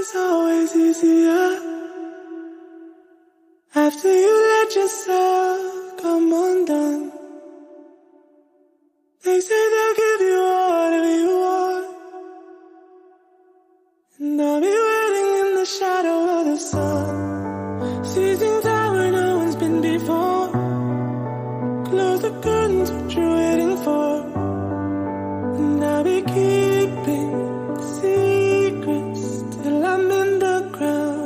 is always easier after you let yourself come undone. They say they'll give you whatever you want, and I'll be waiting in the shadow of the sun, seizing time where no one's been before. Close the curtains, what you're waiting for, and I'll be keeping secrets till I'm in the ground.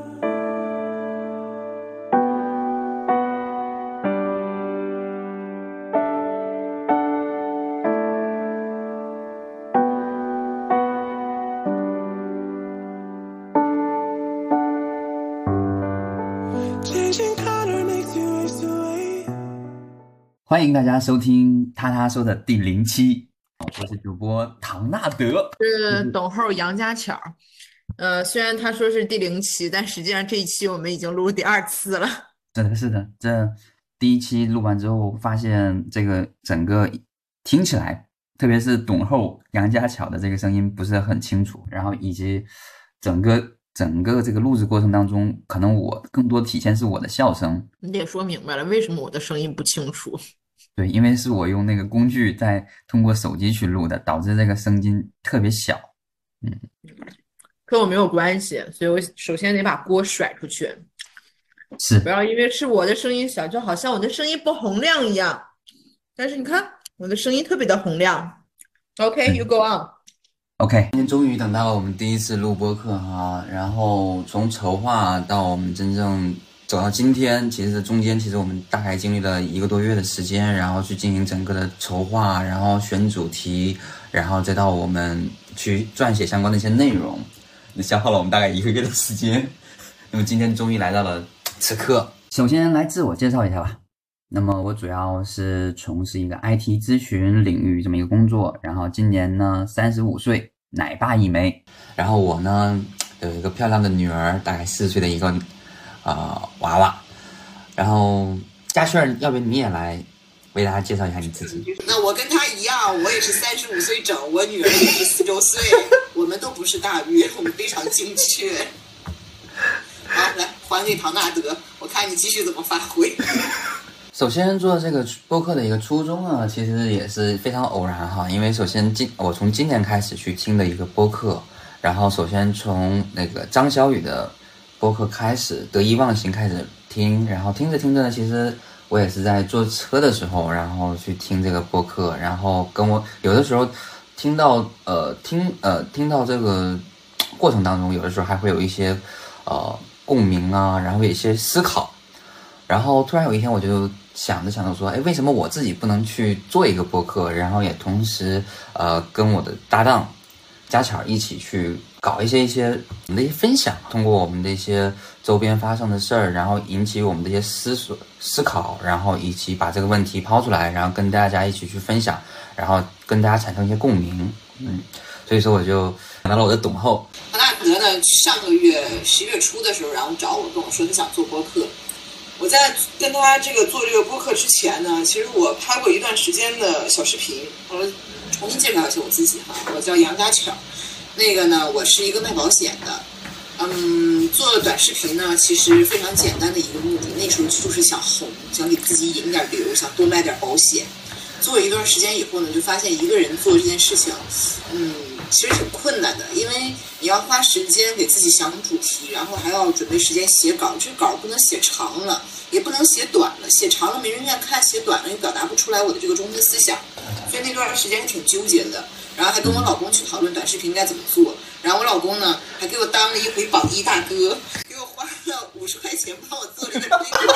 欢迎大家收听他他说的第0期，我是主播唐纳德， 是董后杨家巧。虽然他说是第0期，但实际上这一期我们已经录第2次了。 是的，这第1期录完之后，发现这个整个听起来，特别是董后杨家巧的这个声音不是很清楚，然后以及整个这个录制过程当中，可能我更多体现是我的笑声。 你得说明白了，为什么我的声音不清楚？ 对，因为是我用那个工具在通过手机去录的，导致这个声音特别小。 跟我没有关系，所以我首先得把锅甩出去。 是， 不要因为是我的声音小，就好像我的声音不洪亮一样。但是你看，我的声音特别的洪亮。OK, you go on. OK， 今天终于等到了我们第1次录播客哈，然后从筹划到我们真正走到今天，其实中间我们大概经历了1个多月的时间，然后去进行整个的筹划，然后选主题，然后再到我们去撰写相关的一些内容，消耗了我们大概1个月的时间。那么今天终于来到了此刻。首先来自我介绍一下吧。那么我主要是从事一个 IT 咨询领域这么一个工作，然后今年呢35岁，奶爸一枚。然后我呢有一个漂亮的女儿，大概4岁的一个娃娃。然后嘉炫，要不你也来为大家介绍一下你自己？ 那我跟她一样，我也是35岁整，我女儿也是4周岁，我们都不是大约，我们非常精确。好，来还给唐纳德，我看你继续怎么发挥。 首先做这个播客的一个初衷呢，其实也是非常偶然哈，因为首先我从今年开始去听的一个播客，然后首先从那个张小雨的播客开始，得意忘形开始听，然后听着听着呢，其实我也是在坐车的时候，然后去听这个播客，然后跟我有的时候听到这个过程当中，有的时候还会有一些共鸣啊，然后有一些思考，然后突然有一天我就想着说，为什么我自己不能去做一个播客，然后也同时跟我的搭档家巧一起去搞一些我们的一些分享，通过我们的一些周边发生的事儿，然后引起我们的一些思考，然后以及把这个问题抛出来，然后跟大家一起去分享，然后跟大家产生一些共鸣。所以说我就想到了我的董后唐纳德呢，上个月11月初的时候，然后找我跟我说他想做播客。我在跟他做这个播客之前呢，其实我拍过一段时间的小视频。我重新介绍一下我自己哈，我叫杨家巧。那个呢，我是一个卖保险的。做短视频呢，其实非常简单的一个目的，那时候就是想红，想给自己引点流，想多卖点保险。做了一段时间以后呢，就发现一个人做这件事情，其实挺困难的，因为你要花时间给自己想主题，然后还要准备时间写稿，这稿不能写长了，也不能写短了，写长了没人愿看，写短了又表达不出来我的这个中心思想，所以那段时间挺纠结的。然后还跟我老公去讨论短视频该怎么做，然后我老公呢还给我当了一回榜1大哥，给我花了50块钱帮我做这个推广。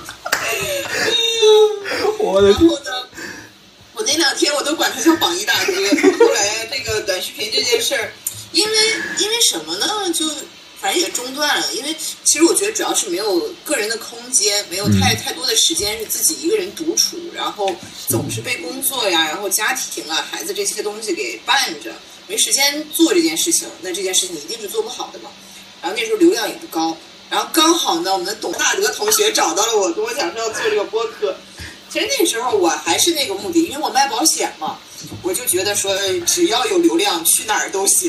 然后呢，我那2天我都管他叫榜1大哥。后来这个短视频这件事儿，因为什么呢？就反正也中断了，因为其实我觉得主要是没有个人的空间，没有太多的时间是自己一个人独处，然后总是被工作呀，然后家庭啊、孩子这些东西给绊着，没时间做这件事情。那这件事情一定是做不好的嘛。然后那时候流量也不高，然后刚好呢，我们的董纳德同学找到了我，跟我讲说要做这个播客。其实那时候我还是那个目的，因为我卖保险嘛，我就觉得说只要有流量去哪儿都行。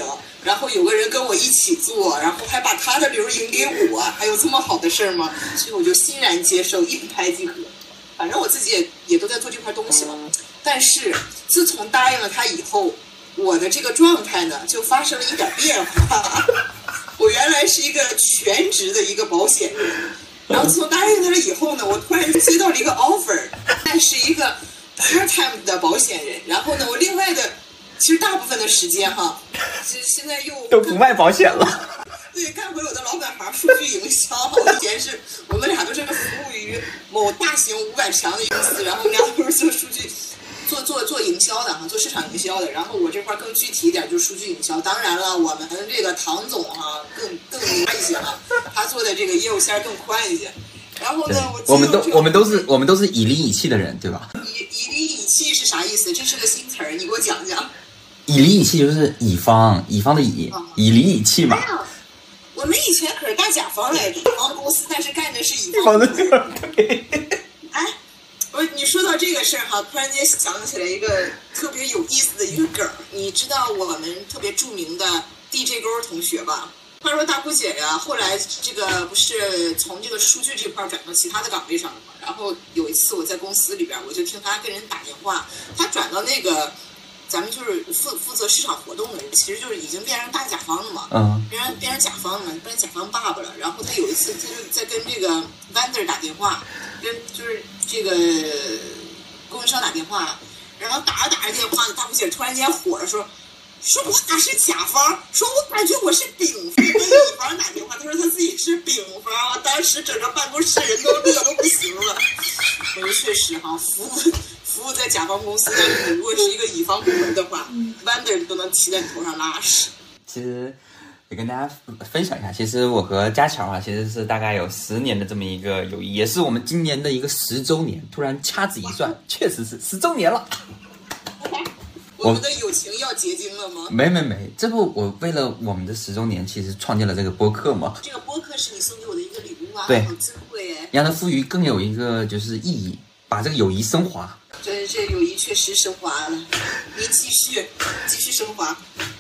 然后有个人跟我一起做，然后还把他的流赢给我，还有这么好的事儿吗？所以我就欣然接受，一拍即合。反正我自己也都在做这块东西嘛。但是自从答应了他以后，我的这个状态呢就发生了一点变化。我原来是一个全职的一个保险人，然后自从答应他了以后呢，我突然接到了一个 offer， 但是一个 part time 的保险人。然后呢，我另外的其实大部分的时间哈，现在又都不卖保险了。 对，干回我的老本行，数据营销。以前是我们俩都是服务于某大型500强的公司，然后我们俩都是做数据。做营销的哈，做市场营销的。然后我这块更具体一点，就是数据营销。当然了，我们这个唐总哈更明白一些哈，他做的这个业务线更宽一些。然后呢，我们都是以理以气的人，对吧？ 以理以气是啥意思？这是个新词儿，你给我讲讲。 以理以气就是乙方的乙，以理以气嘛。 我们以前可是干甲方来着，乙方公司，但是干的是乙方的事儿。哎。你说到这个事儿哈，突然间想起来一个特别有意思的一个梗儿。你知道我们特别著名的 DJ 勾同学吧？他说大姑姐呀，后来这个不是从这个数据这块转到其他的岗位上了嘛？然后有一次我在公司里边，我就听他跟人打电话，他转到那个咱们就是负责市场活动的人，其实就是已经变成大甲方了嘛，变成甲方了，变成甲方爸爸了。然后他有一次他就在跟这个 vendor 打电话，跟就是这个供应商打电话，然后打着电话，大姑姐突然间火了，说我哪是甲方，说我感觉我是丙方，跟乙方打电话，他说他自己是丙方，当时整个办公室人都乐都不行了。我说确实哈，服务在甲方公司，但是你如果是一个乙方部门的话，vendor 都能骑在你头上拉屎。 其实也跟大家分享一下，其实我和家乔啊，其实是大概有10年的这么一个友谊，也是我们今年的一个10周年。突然掐指一算，确实是10周年了。 我们的友情要结晶了吗？ 没，这不我为了我们的10周年，其实创建了这个播客嘛。 这个播客是你送给我的一个礼物啊， 对， 很珍贵哎， 让它赋予更有一个就是意义，把这个友谊升华。 这友谊确实升华了，您继续升华。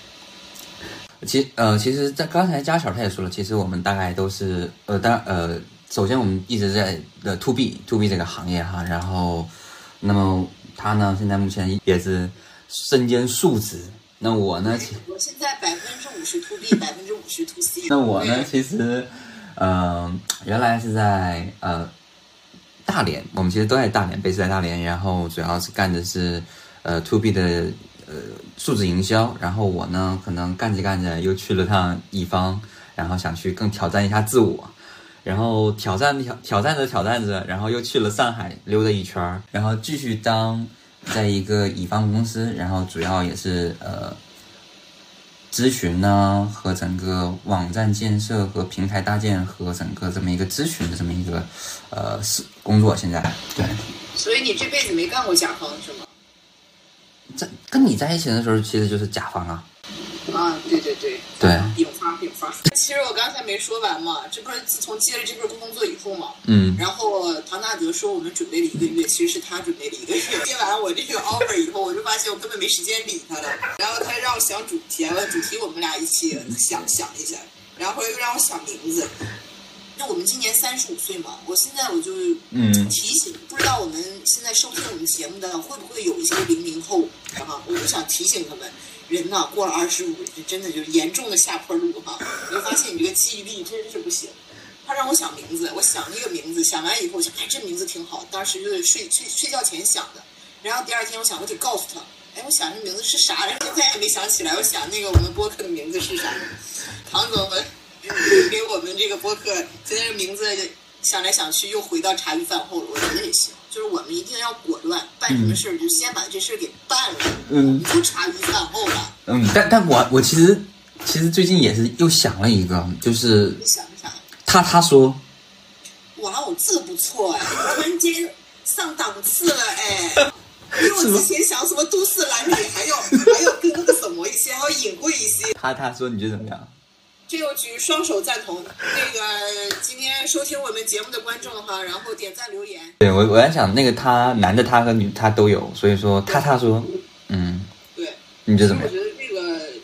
其实，在刚才家巧他也说了，其实我们大概都是首先我们一直在to B 这个行业哈，然后，那么他呢，现在目前也是身兼数职。那我呢， 我现在50%to B，50%to C。 那我呢，其实，原来是在大连，我们其实都在大连，base在大连，然后主要是干的是to B 的数字营销，然后我呢可能干着又去了趟乙方，然后想去更挑战一下自我，然后挑战着，然后又去了上海溜达一圈，然后继续在一个乙方公司，然后主要也是咨询呢和整个网站建设和平台搭建和整个这么一个咨询的这么一个工作。现在对， 所以你这辈子没干过甲方是吗？ 跟你在一起的时候其实就是甲方啊。 啊，对，丙方。其实我刚才没说完嘛，这不是自从接了这份工作以后嘛，然后唐纳德说我们准备了1个月，其实是他准备了1个月。接完我这个 offer 以后，我就发现我根本没时间理他了。然后他让我想主题，我们俩一起想一下，然后又让我想名字。那我们今年35岁嘛，我现在我就提醒，不知道我们现在收听我们节目的会不会有一些00后啊？我就想提醒他们。人呐，过了25，真的就是严重的下坡路哈。你会发现你这个记忆力真是不行。他让我想名字，我想那个名字，想完以后我想，哎，这名字挺好。当时就是睡觉前想的，然后第2天我想我得告诉他，哎，我想这名字是啥来着？现在也没想起来。我想那个我们播客的名字是啥？唐总们给我们这个播客现在这名字想来想去又回到茶余饭后了，我觉得也行。就是我们一定要果断，办什么事儿就先把这事儿给办了，不茶余饭后了。 但我其实最近也是又想了一个，就是你想啥？ 他说， 哇哦，这个不错哎，突然间上档次了哎，比我之前想什么都市男女还要更那个什么一些，还要隐晦一些。 他说你觉得怎么样？ 这我举双手赞同。那个今天收听我们节目的观众哈，然后点赞留言。 对，我在想那个他男的他和女他都有，所以说他说， 对， 你觉得怎么样？ 我觉得这个男女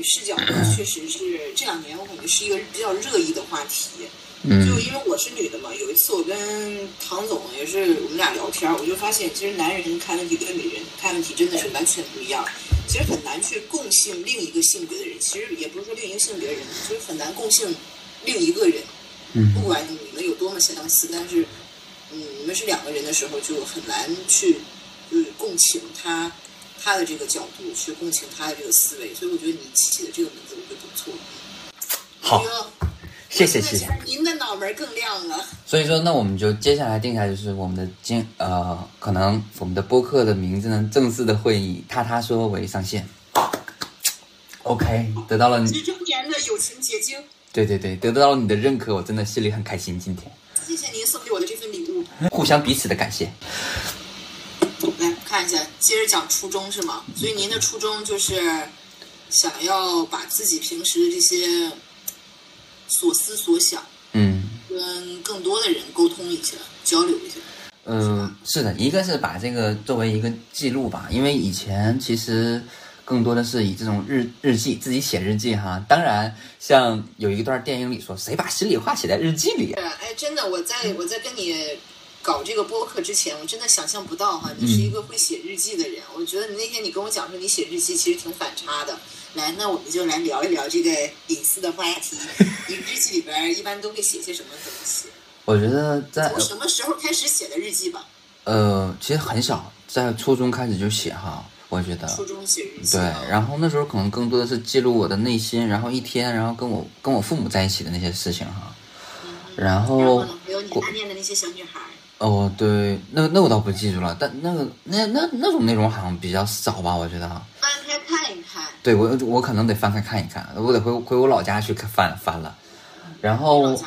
视角呢，确实是这2年我感觉是一个比较热议的话题。就因为我是女的嘛，有一次我跟唐总也是我们俩聊天，我就发现其实男人看问题跟女人看问题真的是完全不一样。其实很难去共性另一个性别的人，其实也不是说另一个性别的人，就是很难共性另一个人。不管你们有多么相似，但是你们是2个人的时候，就很难去共情他的这个角度，去共情他的这个思维。所以我觉得你起的这个名字我觉得不错。 好。谢谢。 您的脑门更亮了。 所以说，那我们就接下来定下就是我们的可能我们的播客的名字呢，正式的会议他说为上线。OK， 得到了你 10周年的友情结晶。 对，得到了你的认可，我真的心里很开心。今天， 谢谢您送给我的这份礼物， 互相彼此的感谢。 来看一下，接着讲初衷是吗？所以您的初衷就是想要把自己平时的这些所思所想，跟更多的人沟通一下，交流一下。 是的，一个是把这个作为一个记录吧，因为以前其实更多的是以这种日记，自己写日记哈。当然，像有一段电影里说，谁把心里话写在日记里？ 哎，真的，我在跟你搞这个播客之前，我真的想象不到哈，你是一个会写日记的人。我觉得那天你跟我讲说你写日记其实挺反差的。来，那我们就来聊一聊这个隐私的话题。你日记里边一般都会写些什么东西？ 我觉得从什么时候开始写的日记吧？ 其实很小，在初中开始就写哈。我觉得初中写日记。 对，然后那时候可能更多的是记录我的内心，然后一天，然后跟我父母在一起的那些事情哈。然后呢？还有你暗恋的那些小女孩。 哦，对，那我倒不记住了，但那种内容好像比较少吧，我觉得。 翻开看一看。 对，我可能得翻开看一看，我得回我老家去翻了，然后，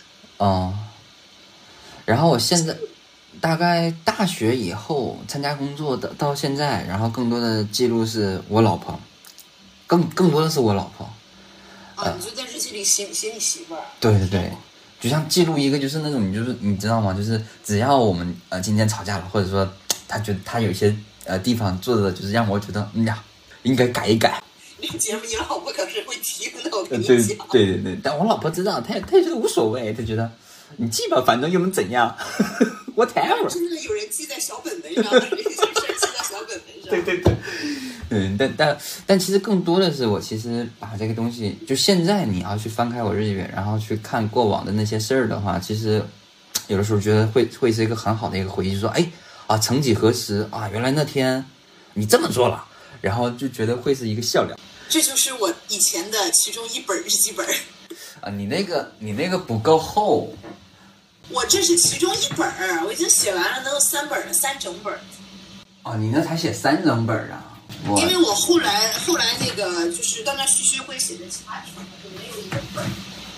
然后我现在大概大学以后参加工作的到现在，然后更多的记录是我老婆，更多的是我老婆。 你就在日记里写你媳妇儿。 对。就像记录一个，就是那种，就是你知道吗？就是只要我们今天吵架了，或者说他觉得他有些地方做的就是让我觉得应该改一改。 这个节目你老婆可是会听的，我跟你讲。 对，但我老婆知道，她也觉得无所谓，她觉得你记吧，反正又能怎样？whatever。 真的有人记在小本本上，有些事记在小本本上。 对。但其实更多的是我其实把这个东西，就现在你要去翻开我日记本，然后去看过往的那些事儿的话，其实有的时候觉得会是一个很好的一个回忆，就说曾几何时啊，原来那天你这么做了，然后就觉得会是一个笑料。 这就是我以前的其中一本日记本。 你那个不够厚。 我这是其中一本，我已经写完了，能有3本了，3整本。 你那才写3整本啊？ 因为我后来那个就是断断续续会写的其他地方，就没有一整本。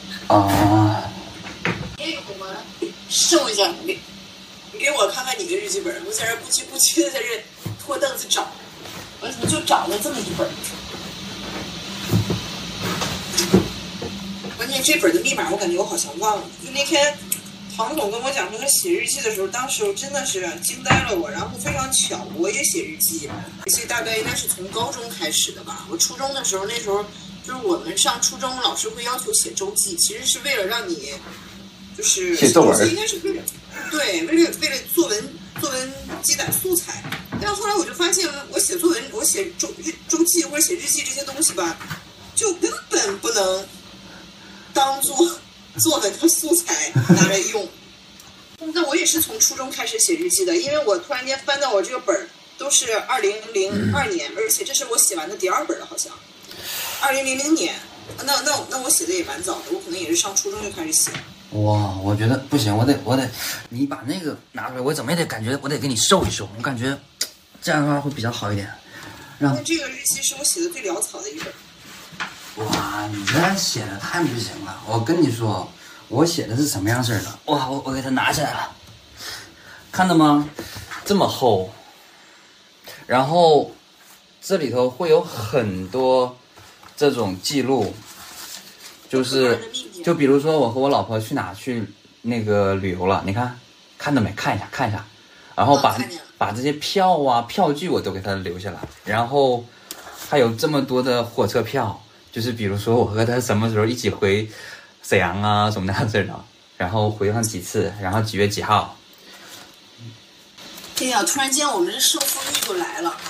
你也有吗？收一下，你给我看看你的日记本。我在这不疾不徐的在这拖凳子找，我怎么就找了这么一本？关键这本的密码我感觉我好像忘了。就那天唐总跟我讲说他写日记的时候，当时我真的是惊呆了我。然后非常巧，我也写日记，所以大概应该是从高中开始的吧。我初中的时候，那时候就是我们上初中，老师会要求写周记，其实是为了让你就是写作文， 应该是为了作文积攒素材。但后来我就发现，我写作文，我写周记或者写日记这些东西吧，就根本不能当做作文的素材拿来用。那我也是从初中开始写日记的，因为我突然间翻到我这个本都是2002年，而且这是我写完的第2本了，好像2000年。那我写的也蛮早的，我可能也是上初中就开始写。 哇，我觉得不行，我得，你把那个拿出来，我怎么也得感觉我得给你收一收，我感觉这样的话会比较好一点。 那这个日记是我写的最潦草的一本。 哇，你这写的太不行了！我跟你说，我写的是什么样式的？哇，我给它拿起来了，看到吗？这么厚，然后这里头会有很多这种记录，就比如说我和我老婆去哪去那个旅游了，你看到没？看一下，然后把这些票啊票据我都给它留下来，然后还有这么多的火车票。 就是比如说我和他什么时候一起回沈阳啊什么那样子的，然后回上几次，然后几月几号。 哎呀，突然间我们这胜负欲就来了。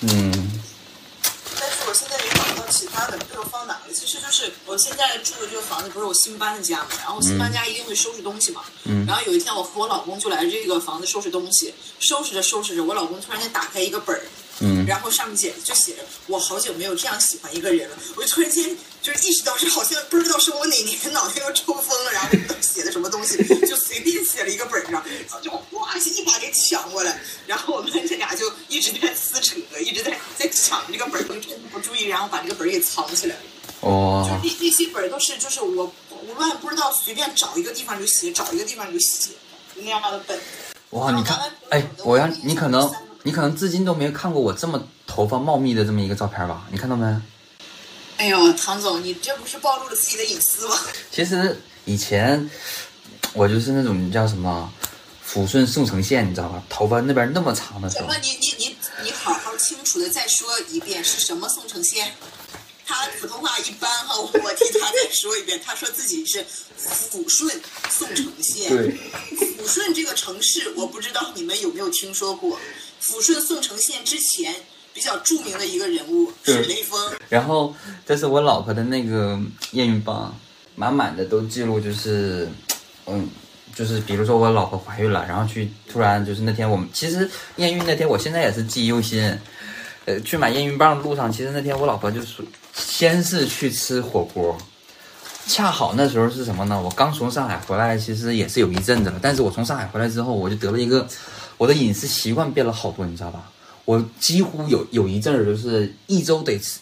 但是我现在也想到其他的，比如放哪个，其实就是我现在住的这个房子不是我新搬的家嘛，然后新搬家一定会收拾东西嘛。然后有一天我和我老公就来这个房子收拾东西，收拾着收拾着，我老公突然间打开一个本儿。然后上面写着我好久没有这样喜欢一个人了，我就突然间就是意识到是好像不知道是我哪年脑袋又抽风了，然后写的什么东西就随便写了一个本上，就哇一把给抢过来，然后我们这俩就一直在撕扯，一直在抢这个本，就趁不注意，然后把这个本给藏起来了。就这些本都是就是我胡乱不知道随便找一个地方就写，找一个地方就写那样的本。 哇，你看，你可能至今都没有看过我这么头发茂密的这么一个照片吧？你看到没？ 哎呦，唐总，你这不是暴露了自己的隐私吗？ 其实以前我就是那种叫什么抚顺宋城县，你知道吧？头发那边那么长的时候。 什么？你好好清楚的再说一遍，是什么宋城县？他普通话一般哈，我替他再说一遍。他说自己是抚顺宋城县。 对。 抚顺这个城市，我不知道你们有没有听说过。抚顺宋城县之前比较著名的一个人物是雷锋。 然后这是我老婆的那个验孕棒，满满的都记录，就是就是比如说我老婆怀孕了，然后突然就是那天我们其实验孕那天，我现在也是记忆犹新。去买验孕棒的路上，其实那天我老婆就是先是去吃火锅，恰好那时候是什么呢？我刚从上海回来，其实也是有一阵子了。但是我从上海回来之后，我就得了一个，我的饮食习惯变了好多，你知道吧？我几乎有一阵儿就是一周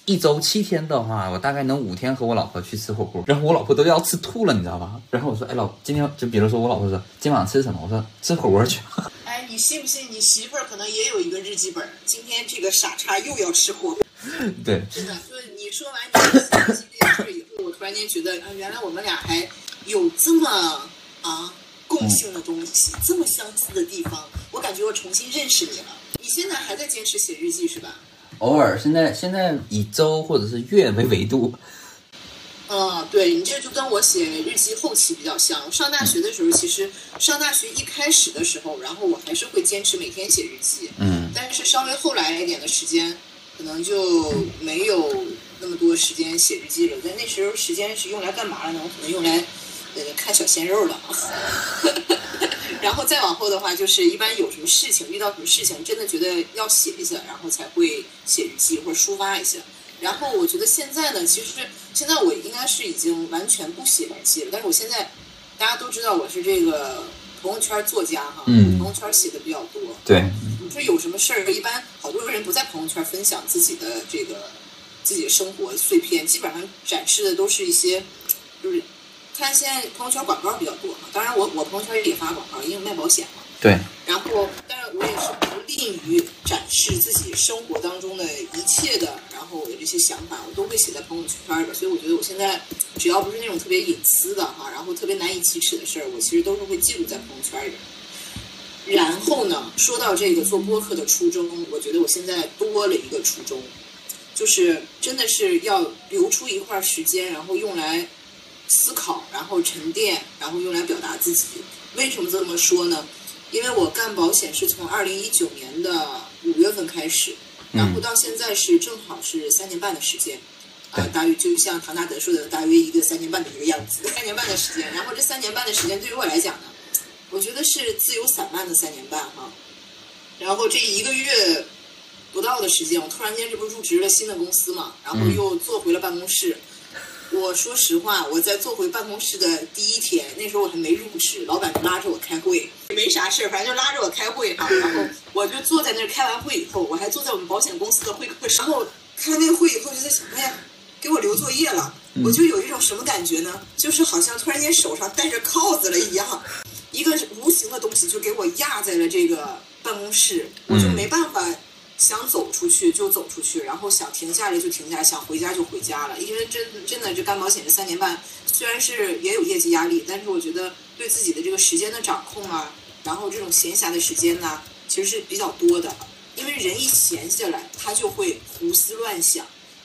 7天的话，我大概能5天和我老婆去吃火锅，然后我老婆都要吃吐了，你知道吧？然后我说，哎今天就比如说我老婆说今晚吃什么，我说吃火锅去。 哎，你信不信你媳妇儿可能也有一个日记本？今天这个傻叉又要吃火锅。 对， 真的，就是你说完你这件事以后，我突然间觉得原来我们俩还有这么共性的东西，这么相似的地方，我感觉我重新认识你了。你现在还在坚持写日记是吧？ 偶尔，现在以周或者是月为维度。 对，你这就跟我写日记后期比较像。上大学的时候，其实上大学一开始的时候，然后我还是会坚持每天写日记。但是稍微后来一点的时间，可能就没有那么多时间写日记了。但那时候时间是用来干嘛了呢？可能用来看小鲜肉了。然后再往后的话，就是一般有什么事情，遇到什么事情，真的觉得要写一下，然后才会写日记或者抒发一下。然后我觉得现在呢，其实现在我应该是已经完全不写日记了。但是我现在大家都知道我是这个朋友圈作家哈，朋友圈写的比较多。 对， 你说有什么事儿，一般好多人不在朋友圈分享自己的自己的生活碎片，基本上展示的都是一些就是看现在朋友圈广告比较多嘛。当然我朋友圈也发广告，因为卖保险嘛。 对。 然后，但是我也是不吝于展示自己生活当中的一切的，然后我的这些想法，我都会写在朋友圈的。所以我觉得我现在只要不是那种特别隐私的哈，然后特别难以启齿的事儿，我其实都是会记录在朋友圈里。然后呢，说到这个做播客的初衷，我觉得我现在多了一个初衷，就是真的是要留出一块时间，然后用来思考，然后沉淀，然后用来表达自己。为什么这么说呢？因为我干保险是从2019年的5月份开始，然后到现在是正好是3年半的时间，大约就像唐纳德说的，大约一个3年半的一个样子，3年半的时间。然后这3年半的时间对于我来讲呢，我觉得是自由散漫的3年半哈。然后这1个月不到的时间，我突然间这不入职了新的公司嘛，然后又坐回了办公室。我说实话，我在坐回办公室的第1天，那时候我还没入职，老板就拉着我开会，没啥事，反正就拉着我开会哈。然后我就坐在那儿，开完会以后，我还坐在我们保险公司的会客室。然后开那个会以后，就在想，哎呀，给我留作业了。我就有一种什么感觉呢？就是好像突然间手上带着铐子了一样，一个无形的东西就给我压在了这个办公室，我就没办法。想走出去就走出去，然后想停下来就停下来，想回家就回家了。因为真的这干保险这3年半，虽然是也有业绩压力，但是我觉得对自己的这个时间的掌控啊，然后这种闲暇的时间呢，其实是比较多的。因为人一闲下来，他就会胡思乱想，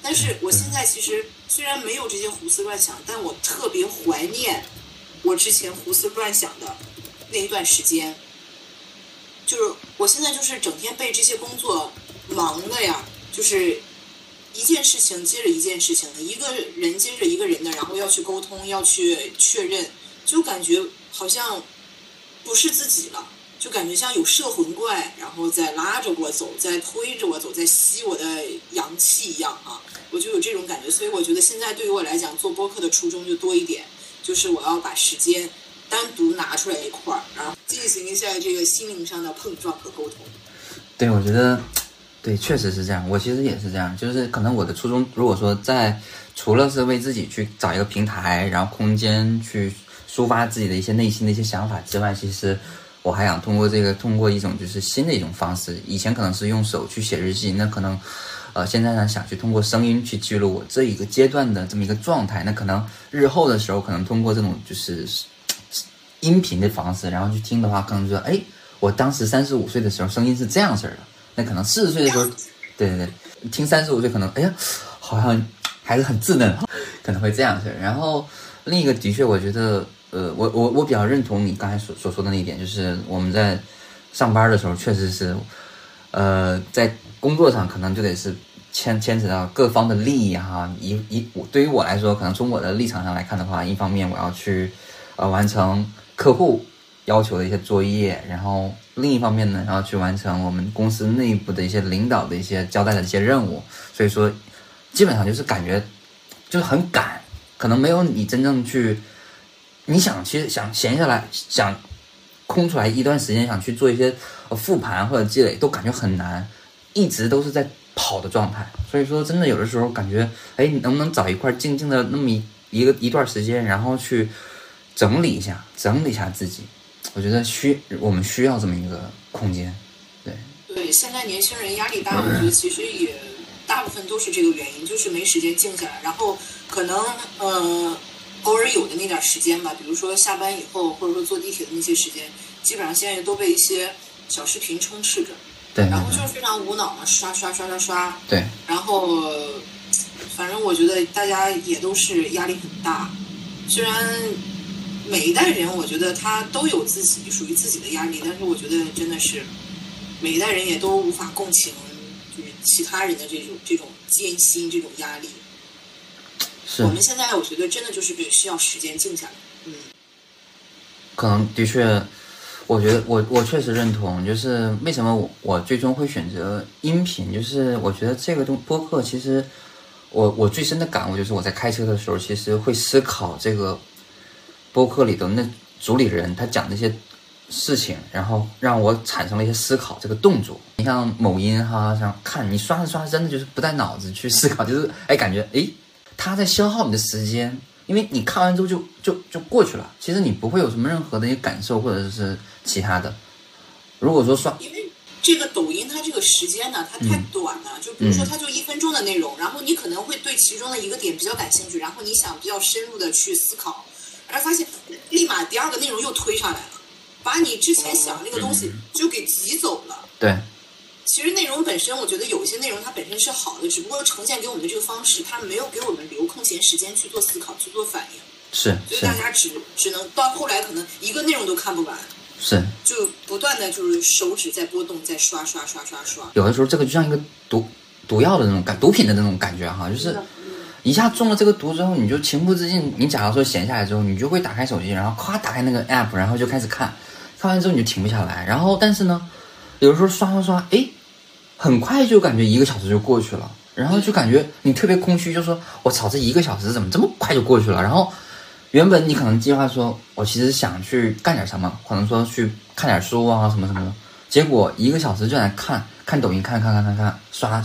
但是我现在其实虽然没有这些胡思乱想，但我特别怀念我之前胡思乱想的那一段时间。就是我现在就是整天被这些工作忙的呀，就是一件事情接着一件事情的，一个人接着一个人的，然后要去沟通，要去确认，就感觉好像不是自己了，就感觉像有摄魂怪，然后在拉着我走，在推着我走，在吸我的阳气一样啊，我就有这种感觉。所以我觉得现在对于我来讲，做播客的初衷就多一点，就是我要把时间单独拿出来一块儿，然后进行一下这个心灵上的碰撞和沟通。 对，我觉得对，确实是这样。我其实也是这样，就是可能我的初衷，如果说除了是为自己去找一个平台，然后空间去抒发自己的一些内心的一些想法之外，其实我还想通过一种就是新的一种方式。以前可能是用手去写日记，那可能现在呢想去通过声音去记录我这一个阶段的这么一个状态。那可能日后的时候，可能通过这种就是音频的方式，然后去听的话，可能就说，哎，我当时35岁的时候声音是这样式的。那可能40岁的时候，对，听35岁可能，哎呀，好像还是很稚嫩，可能会这样式。然后另一个的确，我觉得，我比较认同你刚才所说的那一点，就是我们在上班的时候，确实是，在工作上可能就得是牵扯到各方的利益哈。对于我来说，可能从我的立场上来看的话，一方面我要去完成客户要求的一些作业，然后另一方面呢，然后去完成我们公司内部的一些领导的一些交代的一些任务。所以说基本上就是感觉就是很赶，可能没有你真正去，你其实想闲下来，想空出来一段时间想去做一些复盘或者积累，都感觉很难，一直都是在跑的状态。所以说真的有的时候感觉，哎，你能不能找一块静静的那么一段时间，然后去整理一下自己。我觉得我们需要这么一个空间。 对，现在年轻人压力大，我觉得其实也大部分都是这个原因，就是没时间静下来，然后可能偶尔有的那点时间吧，比如说下班以后，或者说坐地铁的那些时间，基本上现在都被一些小视频充斥着。 对， 然后就是非常无脑嘛，刷。 对， 然后反正我觉得大家也都是压力很大，虽然每一代人我觉得他都有自己属于自己的压力，但是我觉得真的是每一代人也都无法共情就是其他人的这种艰辛，这种压力。 是我们现在我觉得真的就是需要时间静下来。 可能的确，我觉得我确实认同，就是为什么我最终会选择音频，就是我觉得这个播客其实我最深的感悟就是我在开车的时候，其实会思考这个播客里的那主理人他讲那些事情，然后让我产生了一些思考这个动作。你像某音哈，像看你刷着刷着真的就是不带脑子去思考，就是感觉他在消耗你的时间，因为你看完之后就过去了，其实你不会有什么任何的一个感受或者是其他的。如果说因为这个抖音它这个时间呢，它太短了，就比如说它就1分钟的内容，然后你可能会对其中的一个点比较感兴趣，然后你想比较深入的去思考，然后发现立马第二个内容又推上来了，把你之前想的那个东西就给挤走了。 对， 其实内容本身，我觉得有一些内容它本身是好的，只不过呈现给我们的这个方式，它没有给我们留空闲时间去做思考、去做反应。 是， 所以大家只能到后来可能一个内容都看不完， 是， 就不断的就是手指在波动，在刷。 有的时候这个就像一个毒药的那种毒品的那种感觉哈，就是一下中了这个毒之后，你就情不自禁，你假如说闲下来之后，你就会打开手机，然后咵打开那个 app， 然后就开始看完之后你就停不下来，然后但是呢，有的时候刷，很快就感觉1个小时就过去了，然后就感觉你特别空虚，就说我操，这1个小时怎么这么快就过去了？然后原本你可能计划说我其实想去干点什么，可能说去看点书啊什么什么的，结果1个小时就在看抖音，看，刷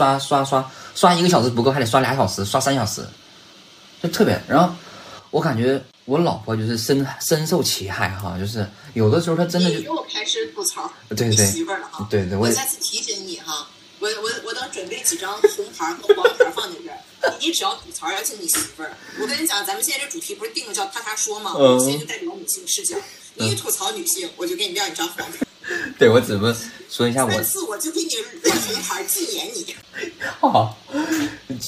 1个小时不够，还得刷2小时，刷3小时，就特别。然后我感觉我老婆就是深受其害哈，就是有的时候她真的就你又开始吐槽对你媳妇儿了哈。 对， 我再次提醒你哈，我等准备几张红牌和黄牌放在这儿，你只要吐槽要请你媳妇儿。我跟你讲，咱们现在这主题不是定了叫他说吗？我现在就代表女性视角，你一吐槽女性，我就给你亮一张黄牌。 对，我只不说一下 3次我就给你亮红牌禁言你。 好，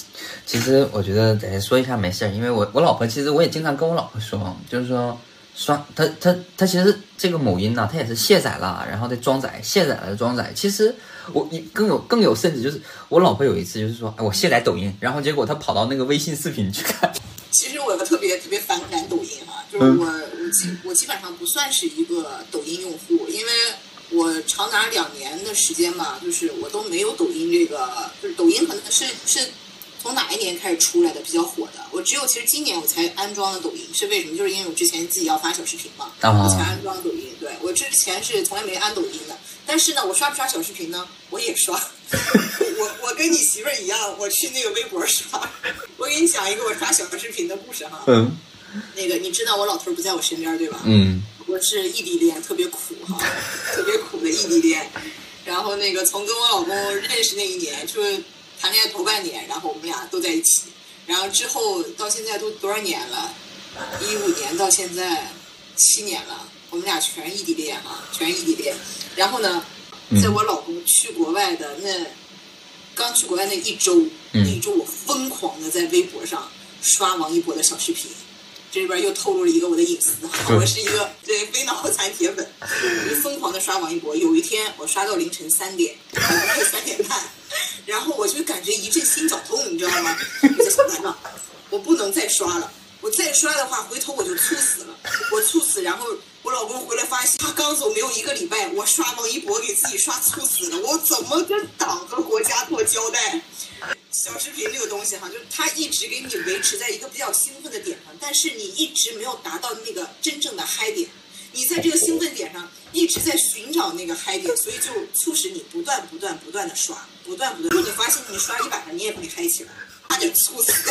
其实我觉得得说一下没事儿，因为我老婆其实我也经常跟我老婆说，就是说刷她其实这个某音呢、她也是卸载了，然后再装载，卸载了装载。其实我更有甚至就是我老婆有一次就是说，哎，我卸载抖音，然后结果她跑到那个微信视频去看。 其实我特别反感抖音哈，就是我基本上不算是一个抖音用户，因为我长达2年的时间嘛，就是我都没有抖音这个，就是抖音可能是从哪一年开始出来的比较火的，我只有其实今年我才安装了抖音，是为什么？就是因为我之前自己要发小视频嘛，我才安装抖音。对，我之前是从来没安抖音的，但是呢，我刷不刷小视频呢？我也刷。我跟你媳妇儿一样，我去那个微博刷。我给你讲一个我刷小视频的故事哈。那个你知道我老头不在我身边对吧？我是异地恋，特别苦哈，特别苦的异地恋。然后那个从跟我老公认识那一年，就是谈恋爱头半年，然后我们俩都在一起。然后之后到现在都多少年了？15年到现在7年了，我们俩全是异地恋啊，全是异地恋。然后呢，在我老公去国外的刚去国外那一周，我疯狂的在微博上刷王一博的小视频。这里边又透露了一个我的隐私，我是一个非脑残铁粉，我就疯狂的刷王一博。有一天我刷到凌晨3点，3点半，然后我就感觉一阵心绞痛，你知道吗？我在想完了，我不能再刷了，我再刷的话，回头我就猝死了，我猝死，然后我老公回来发现他刚走没有1个礼拜，我刷王一博给自己刷猝死了，我怎么跟党和国家做交代？小视频这个东西哈，就是它一直给你维持在一个比较兴奋的点上，但是你一直没有达到那个真正的嗨点，你在这个兴奋点上一直在寻找那个嗨点，所以就促使你不断的刷，如果你发现你刷100上你也会嗨起来，差点猝死。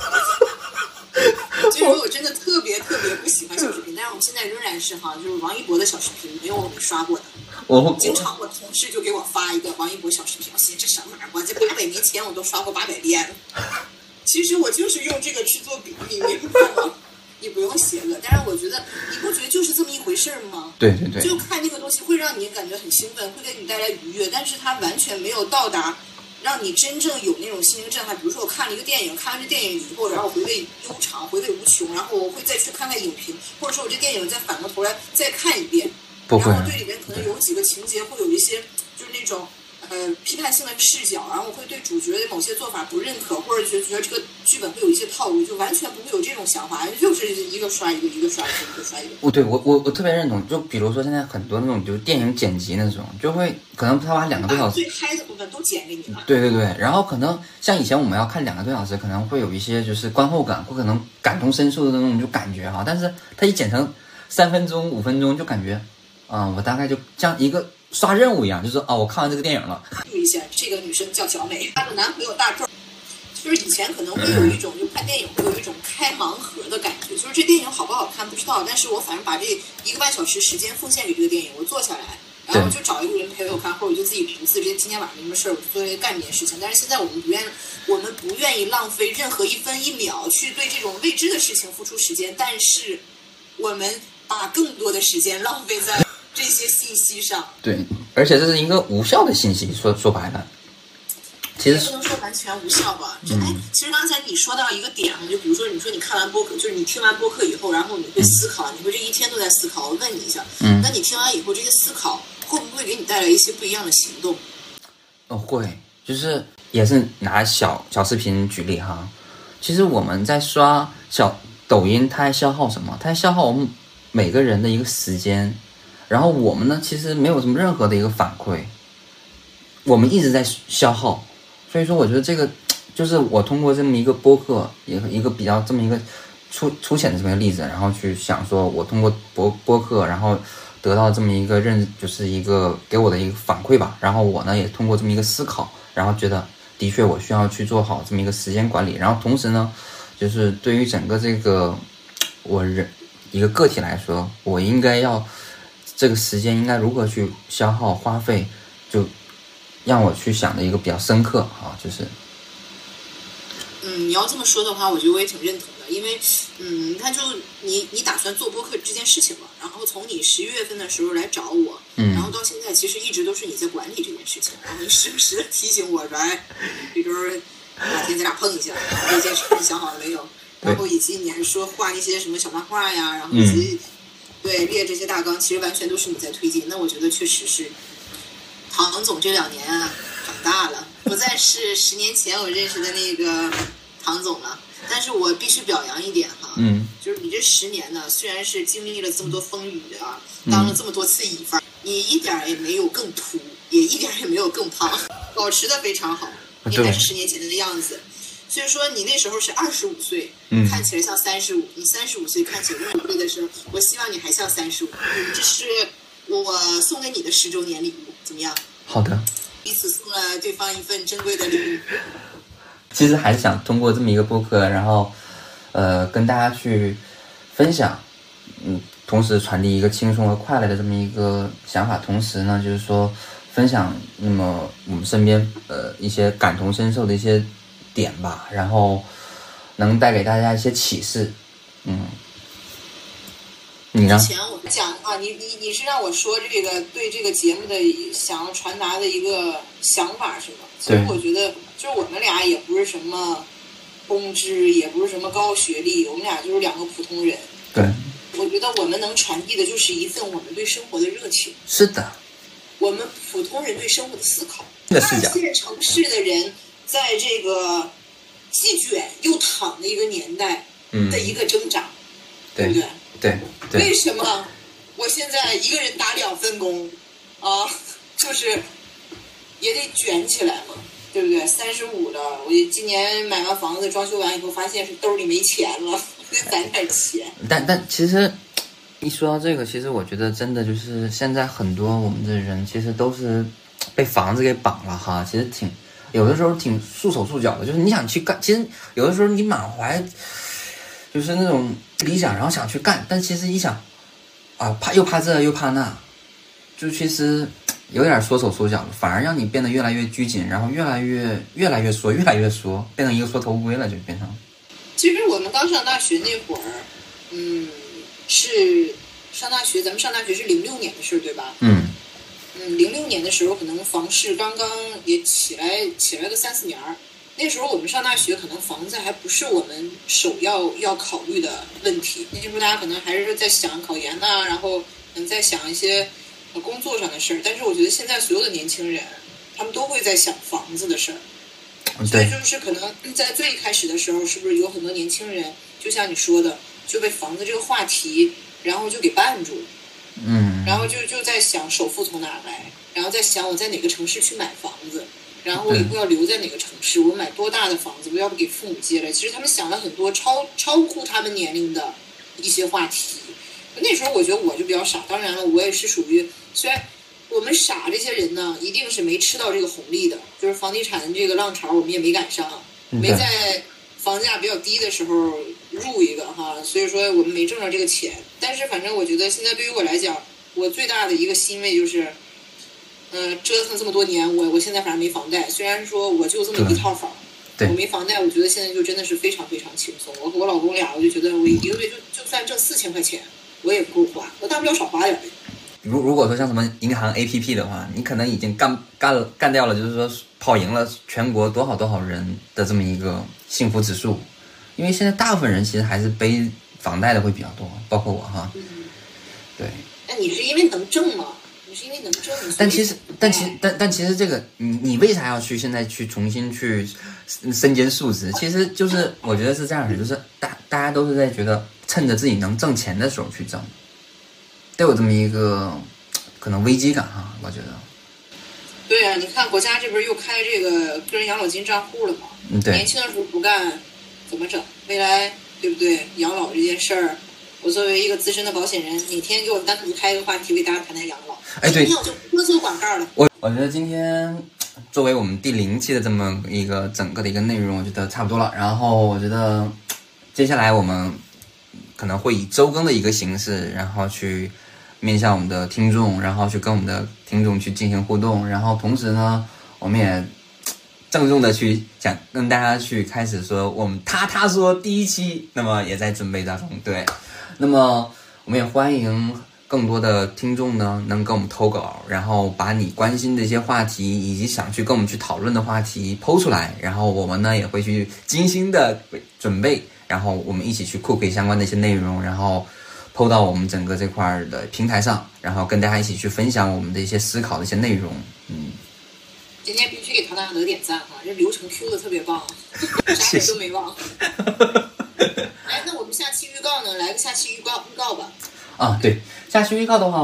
所以说我真的特别不喜欢小视频，但是我们现在仍然是哈，就是王一博的小视频没有我们刷过的。经常我同事就给我发一个王一博小视频，我心这什么玩意儿？我这800年前我都刷过800遍了。其实我就是用这个去做比喻，明白吗？你不用邪恶，但是我觉得你不觉得就是这么一回事吗？ 对， 就看这个东西会让你感觉很兴奋，会给你带来愉悦，但是它完全没有到达让你真正有那种心灵震撼。比如说我看了一个电影，看完这电影以后，然后回味悠长，回味无穷，然后我会再去看看影评，或者说我这电影再反过头来再看一遍。然后对里面可能有几个情节会有一些就是那种批判性的视角，然后我会对主角的某些做法不认可，或者觉得这个剧本会有一些套路，就完全不会有这种想法，就是一个刷一个，一个刷一个，一个刷一个。 对，我特别认同。就比如说现在很多那种就是电影剪辑那种，就会可能他把2个多小时最嗨的部分都剪给你了。 对，然后可能像以前我们要看2个多小时，可能会有一些就是观后感，或可能感同身受的那种就感觉哈，但是他一剪成3分钟、5分钟，就感觉我大概就像一个刷任务一样，就是我看完这个电影了。 注意一下，这个女生叫小美，她的男朋友大壮。就是以前可能会有一种，就看电影会有一种开盲盒的感觉，就是这电影好不好看不知道，但是我反正把这1个半小时时间奉献给这个电影，我坐下来，然后就找一个人陪我看，或者我就自己独自，今天晚上没什么事儿，我就干这件事情。但是现在我们不愿意浪费任何1分1秒去对这种未知的事情付出时间，但是我们把更多的时间浪费在这些信息上。 对，而且这是一个无效的信息，说白了。其实也不能说完全无效吧。其实刚才你说到一个点，就比如说你说你看完播客，就是你听完播客以后，然后你会思考，你会这一天都在思考。我问你一下，那你听完以后这些思考会不会给你带来一些不一样的行动？ 会，就是也是拿小视频举例哈。其实我们在刷抖音，它还消耗什么？它还消耗我们每个人的一个时间，然后我们呢，其实没有什么任何的一个反馈，我们一直在消耗。所以说我觉得这个就是我通过这么一个播客，一个比较这么一个粗浅的这么一个例子，然后去想说我通过播客，然后得到这么一个就是一个给我的一个反馈吧，然后我呢也通过这么一个思考，然后觉得的确我需要去做好这么一个时间管理，然后同时呢就是对于整个这个一个个体来说，我应该要这个时间应该如何去消耗花费，就让我去想的一个比较深刻啊，就是你要这么说的话，我觉得我也挺认同的，因为你看，就你打算做播客这件事情嘛，然后从你11月份的时候来找我，然后到现在其实一直都是你在管理这件事情，然后你时不时的提醒我说，哎，这周哪天咱俩碰一下，这件事你想好了没有？然后以及你还说画一些什么小漫画呀，然后以及、对列这些大纲，其实完全都是你在推进。那我觉得确实是唐总这2年啊长大了，不再是10年前我认识的那个唐总了。但是我必须表扬一点哈，就是你这10年呢，虽然是经历了这么多风雨啊，当了这么多次乙方，你一点也没有更秃，也一点也没有更胖，保持的非常好，你还是10年前的样子。所以说你那时候是25岁，看起来像35，你35岁看起来60岁的时候，我希望你还像35。这是我送给你的10周年礼物，怎么样？ 好的。 彼此送了对方一份珍贵的礼物。 其实还是想通过这么一个播客，然后跟大家去分享，同时传递一个轻松和快乐的这么一个想法，同时呢，就是说分享那么我们身边一些感同身受的一些点吧，然后能带给大家一些启示。你呢？ 之前我讲啊，你是让我说这个对这个节目的想要传达的一个想法是吗？其实我觉得就是我们俩也不是什么公知，也不是什么高学历，我们俩就是2个普通人。 对， 我觉得我们能传递的就是一份我们对生活的热情。 是的， 我们普通人对生活的思考。 2 线城市的人在这个既卷又躺的一个年代的一个挣扎，对不对？ 对。 为什么我现在一个人打2份工啊？就是也得卷起来嘛，对不对？35了，我今年买完房子装修完以后，发现是兜里没钱了，得攒点钱。 但其实一说到这个，其实我觉得真的就是现在很多我们的人其实都是被房子给绑了哈，其实有的时候挺束手束脚的，就是你想去干，其实有的时候你满怀就是那种理想，然后想去干，但其实一想啊，又怕这又怕那，就其实有点缩手缩脚了，反而让你变得越来越拘谨，然后越来越缩，变成一个缩头乌龟了，就变成。 其实我们刚上大学那会儿，是上大学，咱们上大学是06年的事，对吧？06年的时候，可能房市刚刚也起来个3-4年儿。那时候我们上大学，可能房子还不是我们首要考虑的问题。那时候大家可能还是在想考研呐，然后可能在想一些工作上的事儿。但是我觉得现在所有的年轻人，他们都会在想房子的事儿。所以就是可能在最开始的时候，是不是有很多年轻人，就像你说的，就被房子这个话题，然后就给绊住。然后就在想首付从哪儿来，然后在想我在哪个城市去买房子。然后我以后要留在哪个城市，我买多大的房子，我要不给父母接了。其实他们想了很多超乎他们年龄的一些话题。那时候我觉得我就比较傻，当然了，我也是属于，虽然我们傻这些人呢，一定是没吃到这个红利的，就是房地产这个浪潮我们也没赶上，没在房价比较低的时候入一个哈，所以说我们没挣着这个钱。但是反正我觉得现在对于我来讲，我最大的一个欣慰就是。折腾这么多年，我现在反正没房贷。虽然说我就这么一套房，我没房贷，我觉得现在就真的是非常非常轻松。我和我老公俩，我就觉得我一个月就算挣4000块钱，我也不够花，我大不了少花点。 如果说像什么银行 APP 的话，你可能已经干掉了，就是说跑赢了全国多少人的这么一个幸福指数。因为现在大部分人其实还是背房贷的会比较多，包括我哈。对。 那你是因为能挣吗？你是因为能挣？ 但其实这个你为啥要现在去重新去身兼数职？其实就是我觉得是这样的，就是大家都是在觉得趁着自己能挣钱的时候去挣，都有这么一个可能危机感哈，我觉得。 对啊，你看国家这边又开这个个人养老金账户了嘛？ 对。 年轻的时候不干，怎么整？未来对不对？养老这件事儿。我作为一个资深的保险人，哪天给我单独开一个话题，为大家谈谈养老。 对， 今天我就不做广告了。 我觉得今天作为我们第0期的这么一个整个的一个内容，我觉得差不多了。然后我觉得接下来我们可能会以周更的一个形式，然后去面向我们的听众，然后去跟我们的听众去进行互动。然后同时呢，我们也郑重的去想跟大家去开始说我们他说第1期，那么也在准备当中。对。那么我们也欢迎更多的听众呢能给我们投稿，然后把你关心的一些话题以及想去跟我们去讨论的话题抛出来，然后我们呢也会去精心的准备，然后我们一起去酷配相关的一些内容，然后抛到我们整个这块的平台上，然后跟大家一起去分享我们的一些思考的一些内容。 今天必须给唐大德点赞哈，这流程 Q 的特别棒，啥人都没忘。哎，那我们下期预告呢？来个下期预告吧。 啊，对，下期预告的话，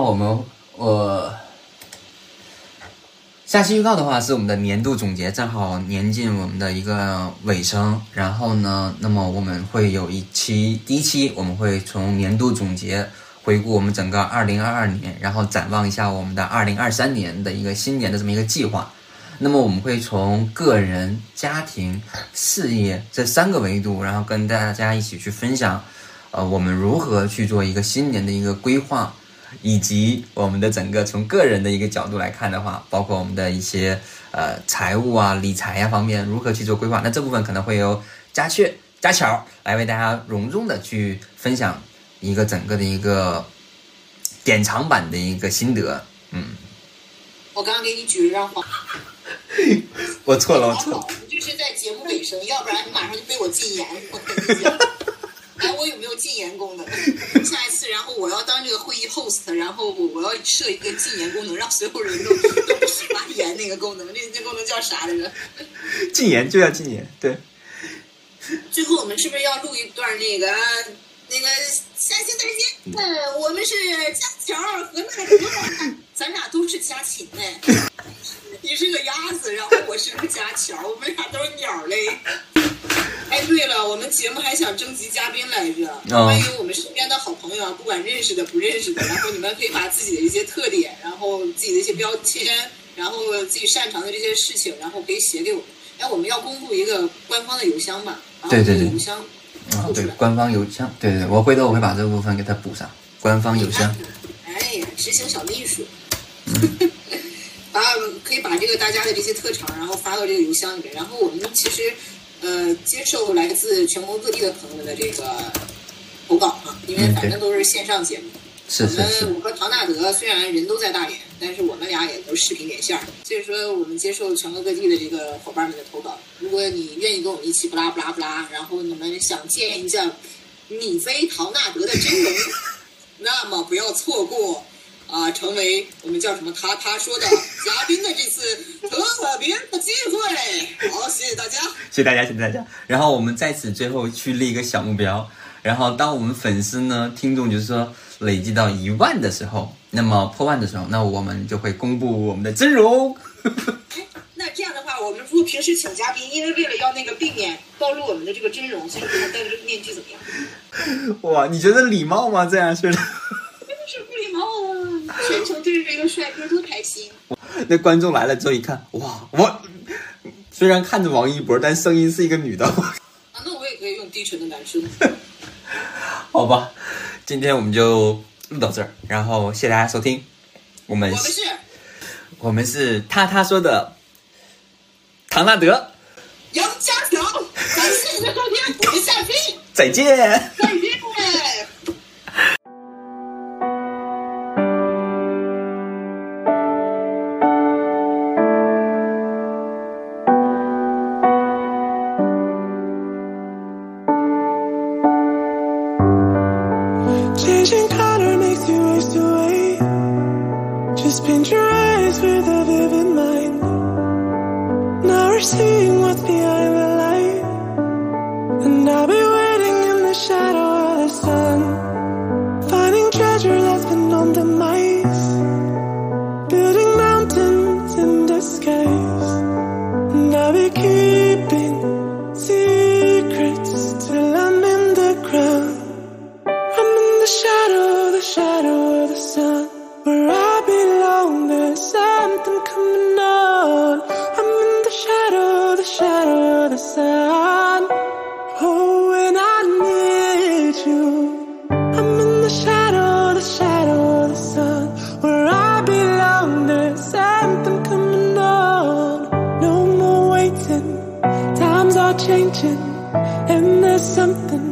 下期预告的话是我们的年度总结，正好年近我们的一个尾声。然后呢，那么我们会有第一期我们会从年度总结回顾我们整个2022年，然后展望一下我们的2023年的一个新年的这么一个计划。那么我们会从个人、家庭、事业这3个维度，然后跟大家一起去分享，我们如何去做一个新年的一个规划，以及我们的整个从个人的一个角度来看的话，包括我们的一些财务啊、理财啊方面如何去做规划。那这部分可能会由佳巧来为大家隆重的去分享一个整个的一个典藏版的一个心得。 我刚刚给你举了张画。 我错了。 你这是在节目尾声，要不然你马上就被我禁言。我跟你讲，哎，我有没有禁言功能？下一次，然后我要当这个会议 host， 然后我要设一个禁言功能，让所有人都不许发言那个功能。那功能叫啥来着？ 禁言就要禁言，对。 最后我们是不是要录一段那个下期再见？我们是佳巧和那个，咱俩都是家禽哎。你是个鸭子，然后我是个家巧，我们俩都是鸟类。哎，对了，我们节目还想征集嘉宾来着，万一我们身边的好朋友啊，不管认识的不认识的，然后你们可以把自己的一些特点，然后自己的一些标签，然后自己擅长的这些事情，然后可以写给我们。哎，我们要公布一个官方的邮箱吧？ 对， 邮箱。 对，官方邮箱，对，我回头我会把这部分给它补上，官方邮箱。 哎呀，执行小秘书。可以把这个大家的这些特长，然后发到这个邮箱里面。然后我们其实接受来自全国各地的朋友们的这个投稿啊，因为反正都是线上节目。 是。 我和唐大德虽然人都在大连，但是我们俩也都视频连线，所以说我们接受全国各地的这个伙伴们的投稿。如果你愿意跟我们一起不拉不拉不拉，然后你们想见一下米菲唐纳德的真容，那么不要错过成为我们叫什么他说的嘉宾的这次特别的机会。好，谢谢大家， 谢谢大家。然后我们在此最后去立一个小目标，然后当我们粉丝呢、听众就是说累积到1万的时候，那么破万的时候，那我们就会公布我们的真容。 那这样的话，我们如果平时请嘉宾，因为为了要避免暴露我们的这个真容，所以给他戴个这个面具怎么样？ 哇，你觉得礼貌吗？这样是？ 是不礼貌啊！全程对着一个帅哥多开心。 那观众来了之后一看，哇，我虽然看着王一博，但声音是一个女的。 那我也可以用低沉的男生。 好吧，今天我们就录到这儿，然后谢谢大家收听。我们是他说的唐纳德、 杨家强，感谢你的收听，我们下期再见。 Changing color makes you waste away. Just paint your eyes with a vivid mind. Now we're seeing what's behind the light. And I'll be waiting in the shadow of the sun, finding treasure that's been on demise, building mountains in disguise. And I'll be keeping secrets till I'm in the ground. Shadow of the sun, where I belong, there's something coming on. I'm in the shadow of the sun. Oh, when I need you, I'm in the shadow of the sun, where I belong, there's something coming on. No more waiting, times are changing, and there's something